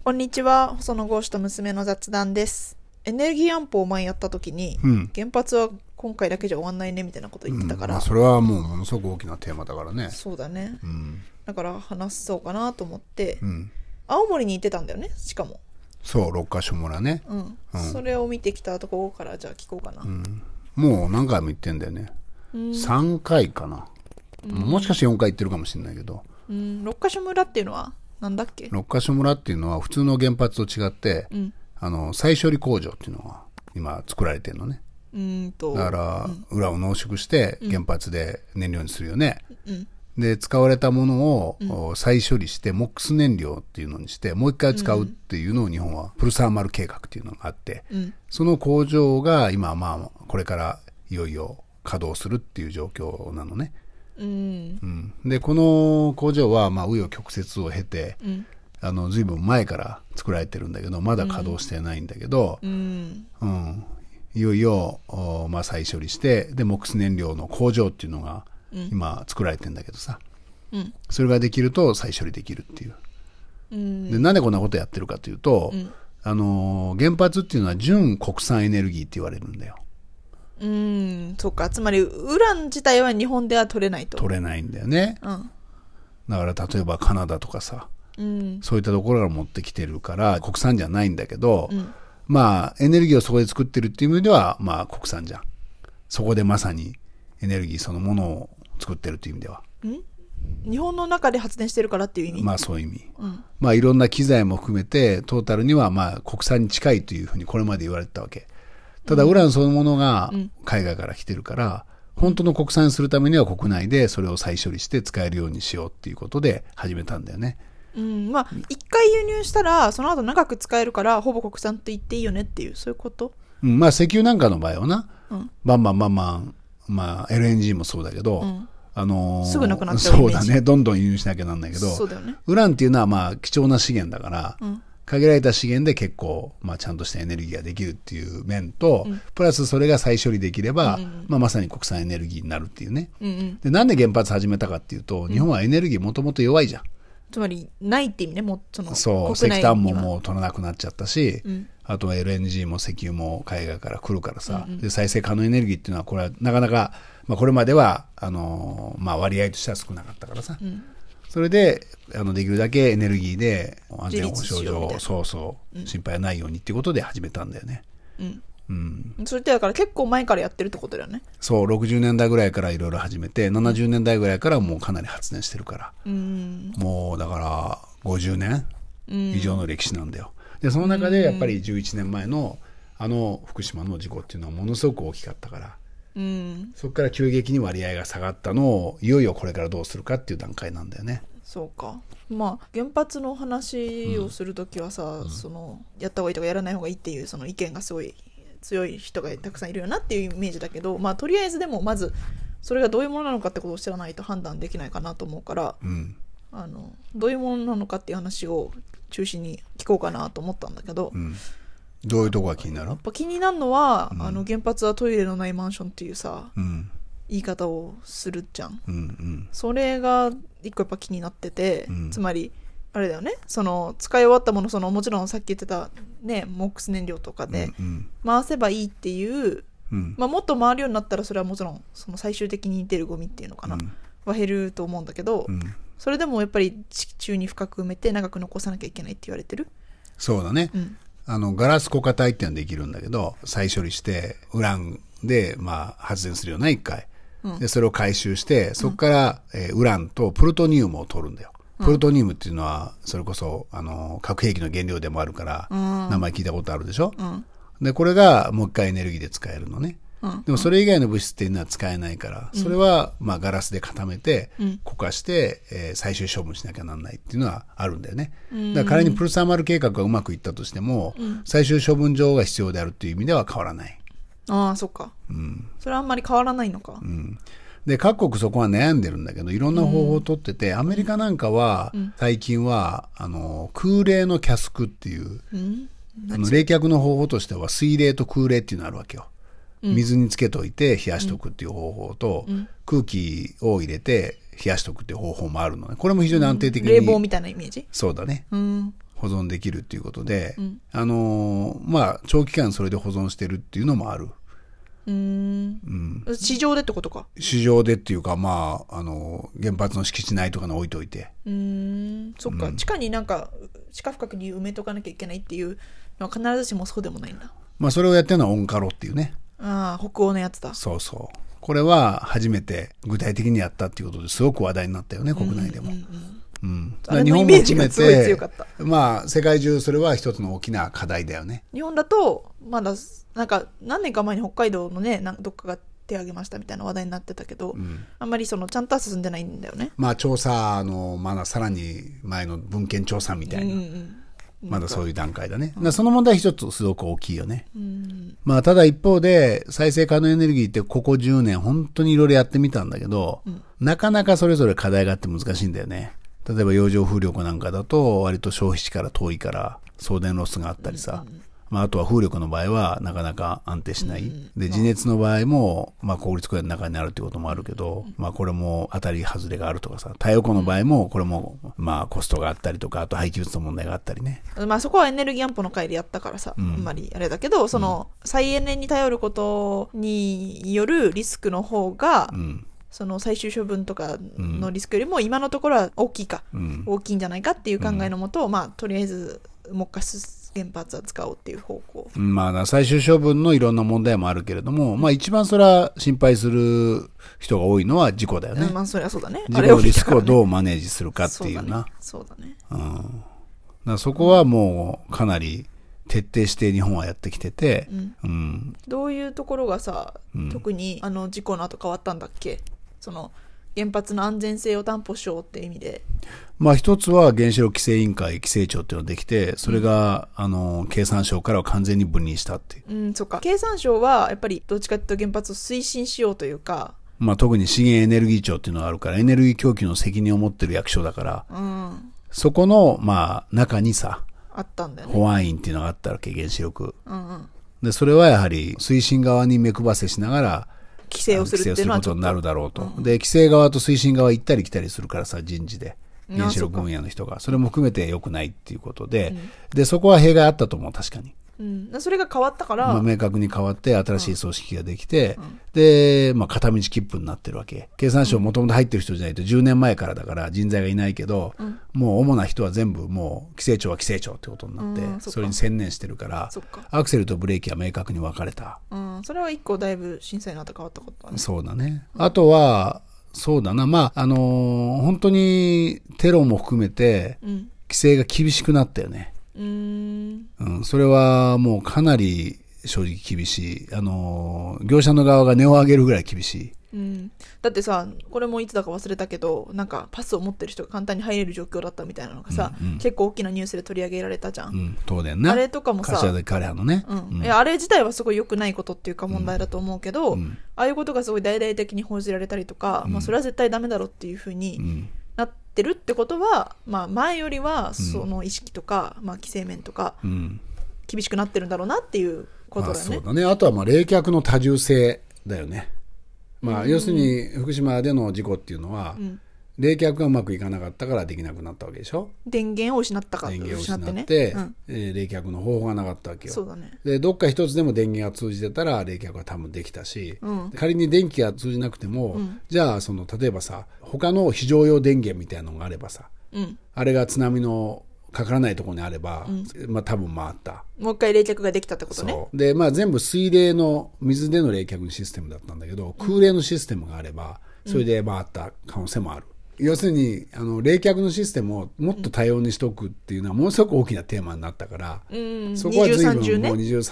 こんにちは、細野豪志と娘の雑談です。エネルギー安保を前やった時に、原発は今回だけじゃ終わんないねみたいなこと言ってたから、 それはもうものすごく大きなテーマだからね。 そうだね、だから話そうかなと思って、青森に行ってたんだよね。しかもそう六ヶ所村ね、 それを見てきたところからじゃあ聞こうかな、 もう何回も行ってんだよね、3回かな、もしかして4回行ってるかもしれないけど、 六ヶ所村っていうのはなんだっけ。 六ヶ所村っていうのは普通の原発と違って、再処理工場っていうのが今作られてるのね。だから、裏を濃縮して原発で燃料にするよね、で使われたものを再処理してモックス燃料っていうのにしてもう一回使うっていうのを日本はプルサーマル計画っていうのがあって、その工場が今これからいよいよ稼働するっていう状況なのね。でこの工場は紆余曲折を経て、ずいぶん前から作られてるんだけどまだ稼働してないんだけど、いよいよ、再処理してでモックス燃料の工場っていうのが今作られてるんだけどさ、それができると再処理できるっていう、でなんでこんなことやってるかというと、原発っていうのは純国産エネルギーって言われるんだよ。 そっか。つまりウラン自体は日本では取れないと。 取れないんだよね、だから例えばカナダとかさ、そういったところから持ってきてるから国産じゃないんだけど、エネルギーをそこで作ってるっていう意味では国産じゃん。そこでまさにエネルギーそのものを作ってるっていう意味では、 日本の中で発電してるからっていう意味。 そういう意味、いろんな機材も含めてトータルには国産に近いというふうにこれまで言われてたわけ。ただウランそのものが海外から来てるから、本当の国産にするためには国内でそれを再処理して使えるようにしようっていうことで始めたんだよね。 一回輸入したらその後長く使えるからほぼ国産って言っていいよねっていう、そういうこと。 石油なんかの場合はな、バンバンLNG もそうだけど、 すぐなくなっちゃうイメージ。 そうだね、どんどん輸入しなきゃなんないけど、 そうだよね。 ウランっていうのは貴重な資源だから、限られた資源で結構、ちゃんとしたエネルギーができるっていう面と、プラスそれが再処理できれば、まさに国産エネルギーになるっていうね、でなんで原発始めたかっていうと、日本はエネルギーもともと弱いじゃん。 つまりないって意味ね。もうそう、石炭ももう取らなくなっちゃったし、あとは LNG も石油も海外から来るからさ、で再生可能エネルギーっていうのはこれはなかなか、これまでは割合としては少なかったからさ、それでできるだけエネルギーで安全保障上心配はないようにっていうことで始めたんだよね。それってだから結構前からやってるってことだよね。そう、60年代ぐらいからいろいろ始めて、70年代ぐらいからもうかなり発電してるから、もうだから50年以上の歴史なんだよ。でその中でやっぱり11年前の福島の事故っていうのはものすごく大きかったから、そこから急激に割合が下がったのをいよいよこれからどうするかっていう段階なんだよね。 そうか。原発の話をするときはさ、やった方がいいとかやらない方がいいっていうその意見がすごい強い人がたくさんいるよなっていうイメージだけど、とりあえずでもまずそれがどういうものなのかってことを知らないと判断できないかなと思うから、どういうものなのかっていう話を中心に聞こうかなと思ったんだけど、 どういうとこが気になる？ やっぱ気になるのは、原発はトイレのないマンションっていうさ、言い方をするじゃん、それが一個やっぱ気になってて、つまりあれだよね、その使い終わったもの、もちろんさっき言ってたねモックス燃料とかで回せばいいっていう、もっと回るようになったらそれはもちろんその最終的に出るゴミっていうのかな、は減ると思うんだけど、それでもやっぱり地中に深く埋めて長く残さなきゃいけないって言われてる。 そうだね、ガラス固化体っていうのはできるんだけど、再処理してウランで発電するような一回、でそれを回収してそこから、ウランとプルトニウムを取るんだよ。プルトニウムっていうのはそれこそ核兵器の原料でもあるから、名前聞いたことあるでしょ、でこれがもう一回エネルギーで使えるのね、でもそれ以外の物質っていうのは使えないから、それはガラスで固めて固化して、最終処分しなきゃなんないっていうのはあるんだよね。だから仮にプルサーマル計画がうまくいったとしても、最終処分場が必要であるっていう意味では変わらない。 そっか、それはあんまり変わらないのか。 で各国そこは悩んでるんだけど、いろんな方法を取ってて、アメリカなんかは最近は空冷のキャスクっていう、冷却の方法としては水冷と空冷っていうのがあるわけよ。水につけといて冷やしとくっていう方法と、空気を入れて冷やしとくっていう方法もあるのね。これも非常に安定的に、 冷房みたいなイメージ。 そうだね、 保存できるっていうことで、まあ長期間それで保存してるっていうのもある。 市場でってことか。 市場でっていうか、まあ原発の敷地内とかに置いといて。 そっか、地下になんか地下深くに埋めとかなきゃいけないっていうのは必ずしもそうでもないんだ。 まあそれをやってるのはオンカロっていうね。 ああ、北欧のやつだ。 そうそう。これは初めて具体的にやったっていうことですごく話題になったよね、国内でも。 日本も含めて、 まあ世界中それは一つの大きな課題だよね。 日本だとまだなんか何年か前に北海道のね、どっかが手を挙げましたみたいな話題になってたけど、あんまりちゃんとは進んでないんだよね。 まあ調査のまださらに前の文献調査みたいな、まだそういう段階だね。その問題一つすごく大きいよね。まあただ一方で再生可能エネルギーってここ10年本当にいろいろやってみたんだけど、なかなかそれぞれ課題があって難しいんだよね。例えば洋上風力なんかだと割と消費地から遠いから送電ロスがあったりさ、まあ、あとは風力の場合はなかなか安定しない、で地熱の場合も、まあ、国立公園の中にあるということもあるけど、まあ、これも当たり外れがあるとかさ、太陽光の場合もこれもまあコストがあったりとか、あと廃棄物の問題があったりね。 まあそこはエネルギー安保の会でやったからさ、あんまりあれだけど、その再エネに頼ることによるリスクの方が、その最終処分とかのリスクよりも今のところは大きいんじゃないかっていう考えのもと、まあとりあえずもう一回原発は使おうっていう方向。 まあ最終処分のいろんな問題もあるけれども、まあ一番それは心配する人が多いのは事故だよね。 まあそりゃそうだね。 事故のリスクをどうマネージするかっていうな。 そうだね。 だからそこはもうかなり徹底して日本はやってきてて、 どういうところがさ、特に事故の後変わったんだっけ？その原発の安全性を担保しようっていう意味で。 まあ一つは原子力規制委員会規制庁っていうのができて、それが、経産省からは完全に分離したっていう。 そっか。経産省はやっぱりどっちかっていうと原発を推進しようというか。 まあ特に資源エネルギー庁っていうのがあるから、エネルギー供給の責任を持ってる役所だから、そこの、まあ中にさ、 あったんだよね。 保安院っていうのがあったわけ、原子力。で、それはやはり推進側に目配せしながら、 規制をするっていうのはことになるだろうと。で、規制側と推進側行ったり来たりするからさ、人事で。原子力分野の人が。それも含めて良くないっていうことで、で、そこは弊害あったと思う、確かに。 それが変わったから。 まあ、明確に変わって新しい組織ができて、で、まあ、片道切符になってるわけ。経産省もともと入ってる人じゃないと10年前からだから人材がいないけど、もう主な人は全部もう規制庁は規制庁ってことになって、それに専念してるから、アクセルとブレーキは明確に分かれた。 それは一個だいぶ震災の後変わったことだね。 そうだね。あとは、そうだな。まあ、本当にテロも含めて、規制が厳しくなったよね。それはもうかなり正直厳しい。業者の側が値を上げるぐらい厳しい。 だってさ、これもいつだか忘れたけど、なんかパスを持ってる人が簡単に入れる状況だったみたいなのがさ、結構大きなニュースで取り上げられたじゃん。 東電ね。 あれとかもさ、 柏で彼らのね。 いや、あれ自体はすごい良くないことっていうか問題だと思うけど、ああいうことがすごい大々的に報じられたりとか、まあそれは絶対ダメだろっていうふうになってるってことは、まあ前よりはその意識とか、まあ規制面とか、厳しくなってるんだろうなっていうことだね。 そうだね。あとはまあ冷却の多重性だよね。まあ、要するに福島での事故っていうのは、冷却がうまくいかなかったからできなくなったわけでしょ。 電源を失ったから電源を失って、冷却の方法がなかったわけよ。 そうだね。 でどっか一つでも電源が通じてたら冷却は多分できたし、仮に電気が通じなくても、じゃあ例えばさ、他の非常用電源みたいなのがあればさ、あれが津波のかからないところにあれば、まあ多分回った。 もう一回冷却ができたってことね。 そうで、まあ全部水冷の水での冷却のシステムだったんだけど、空冷のシステムがあればそれで回った可能性もある。要するに冷却のシステもっと多様にしておくっていうのはものすごく大きなテーマになったから、そこは随分もう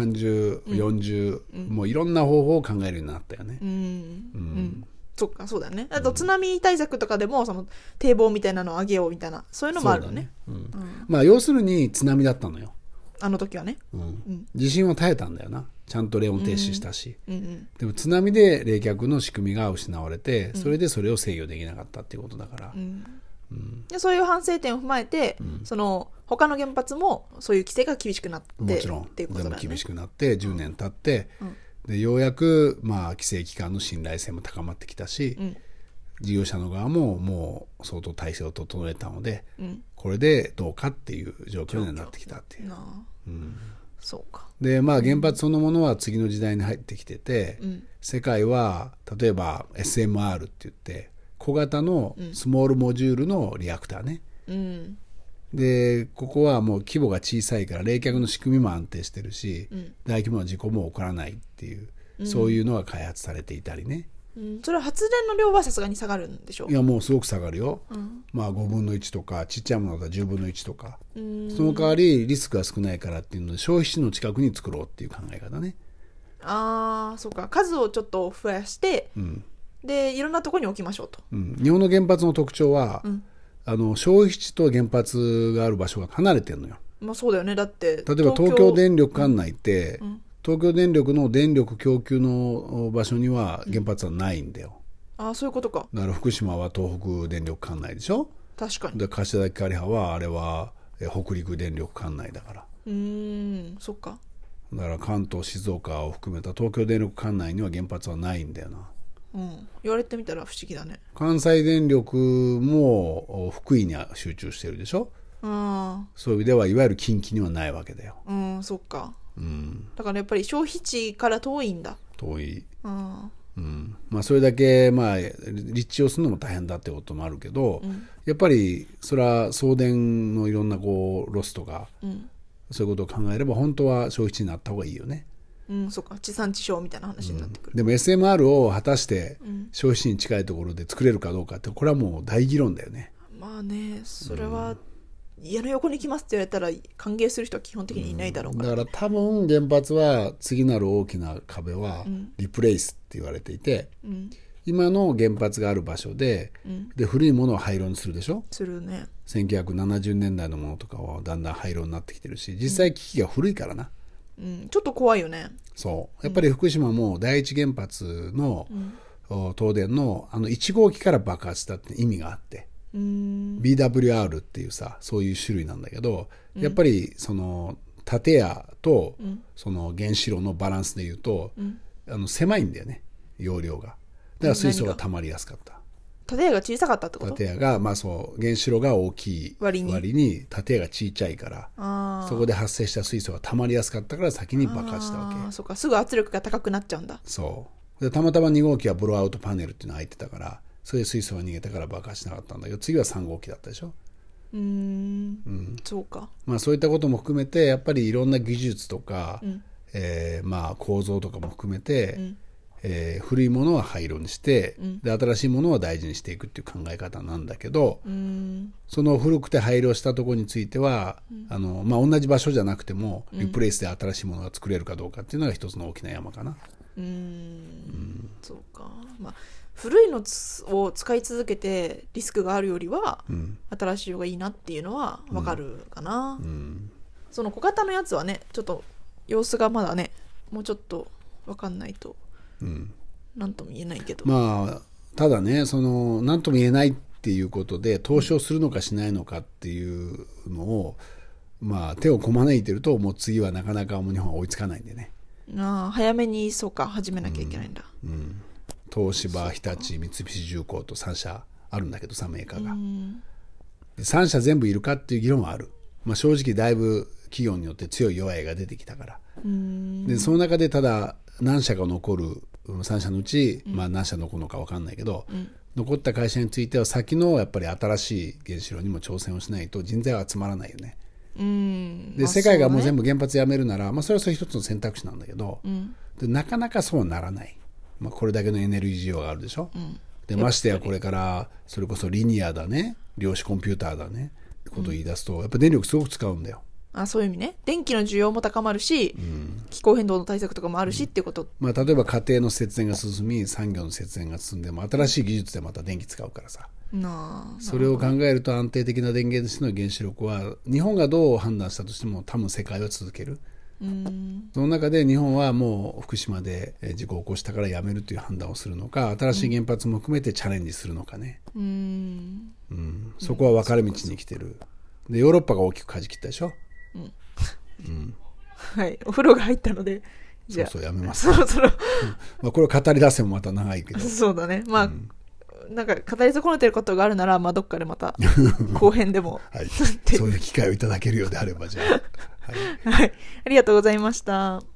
20、30、40、もういろんな方法を考えるようになったよね。 そっか、そうだね。あと津波対策とかでもその堤防みたいなのを上げようみたいな、そういうのもあるよね。 まあ要するに津波だったのよ、 あの時はね。 地震は耐えたんだよな。ちゃんと冷温停止したし、でも津波で冷却の仕組みが失われて、それでそれを制御できなかったっていうことだから、 でそういう反省点を踏まえて、その他の原発もそういう規制が厳しくなってもちろんっていうことだよね。 でも厳しくなって10年経って、でようやくまあ規制機関の信頼性も高まってきたし、 事業者の側ももう相当体制を整えたので、これでどうかっていう状況になってきたっていう。 そうか。 で原発そのものは次の時代に入ってきてて、世界は例えば SMR って言って小型のスモールモジュールのリアクターね、でここはもう規模が小さいから冷却の仕組みも安定してるし、大規模な事故も起こらないっていう、そういうのが開発されていたりね、 それは発電の量はさすがに下がるんでしょう？ いやもうすごく下がるよ、まあ5分の1とかちっちゃいものだったら10分の1とか、その代わりリスクが少ないからっていうので消費地の近くに作ろうっていう考え方ね。 そうか、数をちょっと増やして、でいろんなところに置きましょうと、 日本の原発の特徴は、消費地と原発がある場所が離れてるのよ。 まあそうだよね。だって例えば東京電力管内って、東京電力の電力供給の場所には原発はないんだよ。 そういうことか。 だから福島は東北電力管内でしょ。 確かに。 で柏崎刈羽はあれは北陸電力管内だから。 そっか。 だから関東静岡を含めた東京電力管内には原発はないんだよな。 言われてみたら不思議だね。関西電力も福井には集中してるでしょ。そういう意味ではいわゆる近畿にはないわけだよ。 そっか。だからやっぱり消費地から遠いんだ。 遠い。まあそれだけまあ立地をするのも大変だってこともあるけど、やっぱりそれは送電のいろんなこうロスとか、そういうことを考えれば本当は消費地になった方がいいよね。 そっか、地産地消みたいな話になってくる。 でも SMR を果たして消費地に近いところで作れるかどうかってこれはもう大議論だよね。 まあね、それは、家の横に来ますって言われたら歓迎する人は基本的にいないだろうから、 だから多分原発は次なる大きな壁はリプレイスって言われていて、今の原発がある場所で、で古いものを廃炉にするでしょ。 するね。 1970年代のものとかはだんだん廃炉になってきてるし、実際機器が古いからな、 ちょっと怖いよね。 そうやっぱり福島も第一原発の、東電の1号機から爆発したって意味があって、BWR っていうさそういう種類なんだけど、やっぱりその建屋とその原子炉のバランスでいうと、狭いんだよね、容量が。だから水素が溜まりやすかった。 建屋が小さかったってこと？ 建屋が、まあそう原子炉が大きい割に建屋が小さいから、そこで発生した水素が溜まりやすかったから先に爆発したわけ。 そうか、すぐ圧力が高くなっちゃうんだ。 そうでたまたま2号機はブローアウトパネルっていうのが入ってたから、それで水素が逃げたから爆発しなかったんだけど、次は3号機だったでしょ。 そうか。 まあそういったことも含めてやっぱりいろんな技術とか、まあ構造とかも含めて、古いものは廃炉にして、で新しいものは大事にしていくっていう考え方なんだけど、その古くて廃炉したところについては、まあ、同じ場所じゃなくてもリプレイスで新しいものが作れるかどうかっていうのが一つの大きな山かな。 そうか。まあ古いのを使い続けてリスクがあるよりは、新しい方がいいなっていうのは分かるかな。その小型のやつはね、ちょっと様子がまだね、もうちょっと分かんないと、なんとも言えないけど、 まあただね、そのなんとも言えないっていうことで投資をするのかしないのかっていうのを、まあ手をこまねいてると、もう次はなかなかもう日本は追いつかないんでね。 早めにそうか始めなきゃいけないんだ。 東芝、日立、三菱重工と3社あるんだけどさ、メーカーが。3社全部いるかっていう議論はある。まあ、正直だいぶ企業によって強い弱いが出てきたから。でその中でただ何社が残る3社のうち、まあ、何社残るのか分かんないけど、残った会社については先のやっぱり新しい原子炉にも挑戦をしないと人材は集まらないよね。で世界がもう全部原発やめるなら、まあ、それはそれ一つの選択肢なんだけど、でなかなかそうはならない。まあ、これだけのエネルギー需要があるでしょ。でましてやこれからそれこそリニアだね、量子コンピューターだねってことを言い出すと、やっぱ電力すごく使うんだよ。 そういう意味ね。電気の需要も高まるし、気候変動の対策とかもあるしっていうこと、 まあ、例えば家庭の節電が進み、産業の節電が進んでも新しい技術でまた電気使うからさ、それを考えると安定的な電源としての原子力は日本がどう判断したとしても多分世界は続ける。その中で日本はもう福島で事故を起こしたからやめるという判断をするのか、新しい原発も含めてチャレンジするのかね。そこは分かれ道に来てる。でヨーロッパが大きく舵切ったでしょ。 はい、お風呂が入ったのでじゃあそうやめます。 そろそろまあこれを語り出せもまた長いけど。 そうだね。まあ、 なんか語り損ねてることがあるなら、まあ、どっかでまた後編でも、 はい、そういう機会をいただけるようであればじゃあ、 はい、はい、ありがとうございました。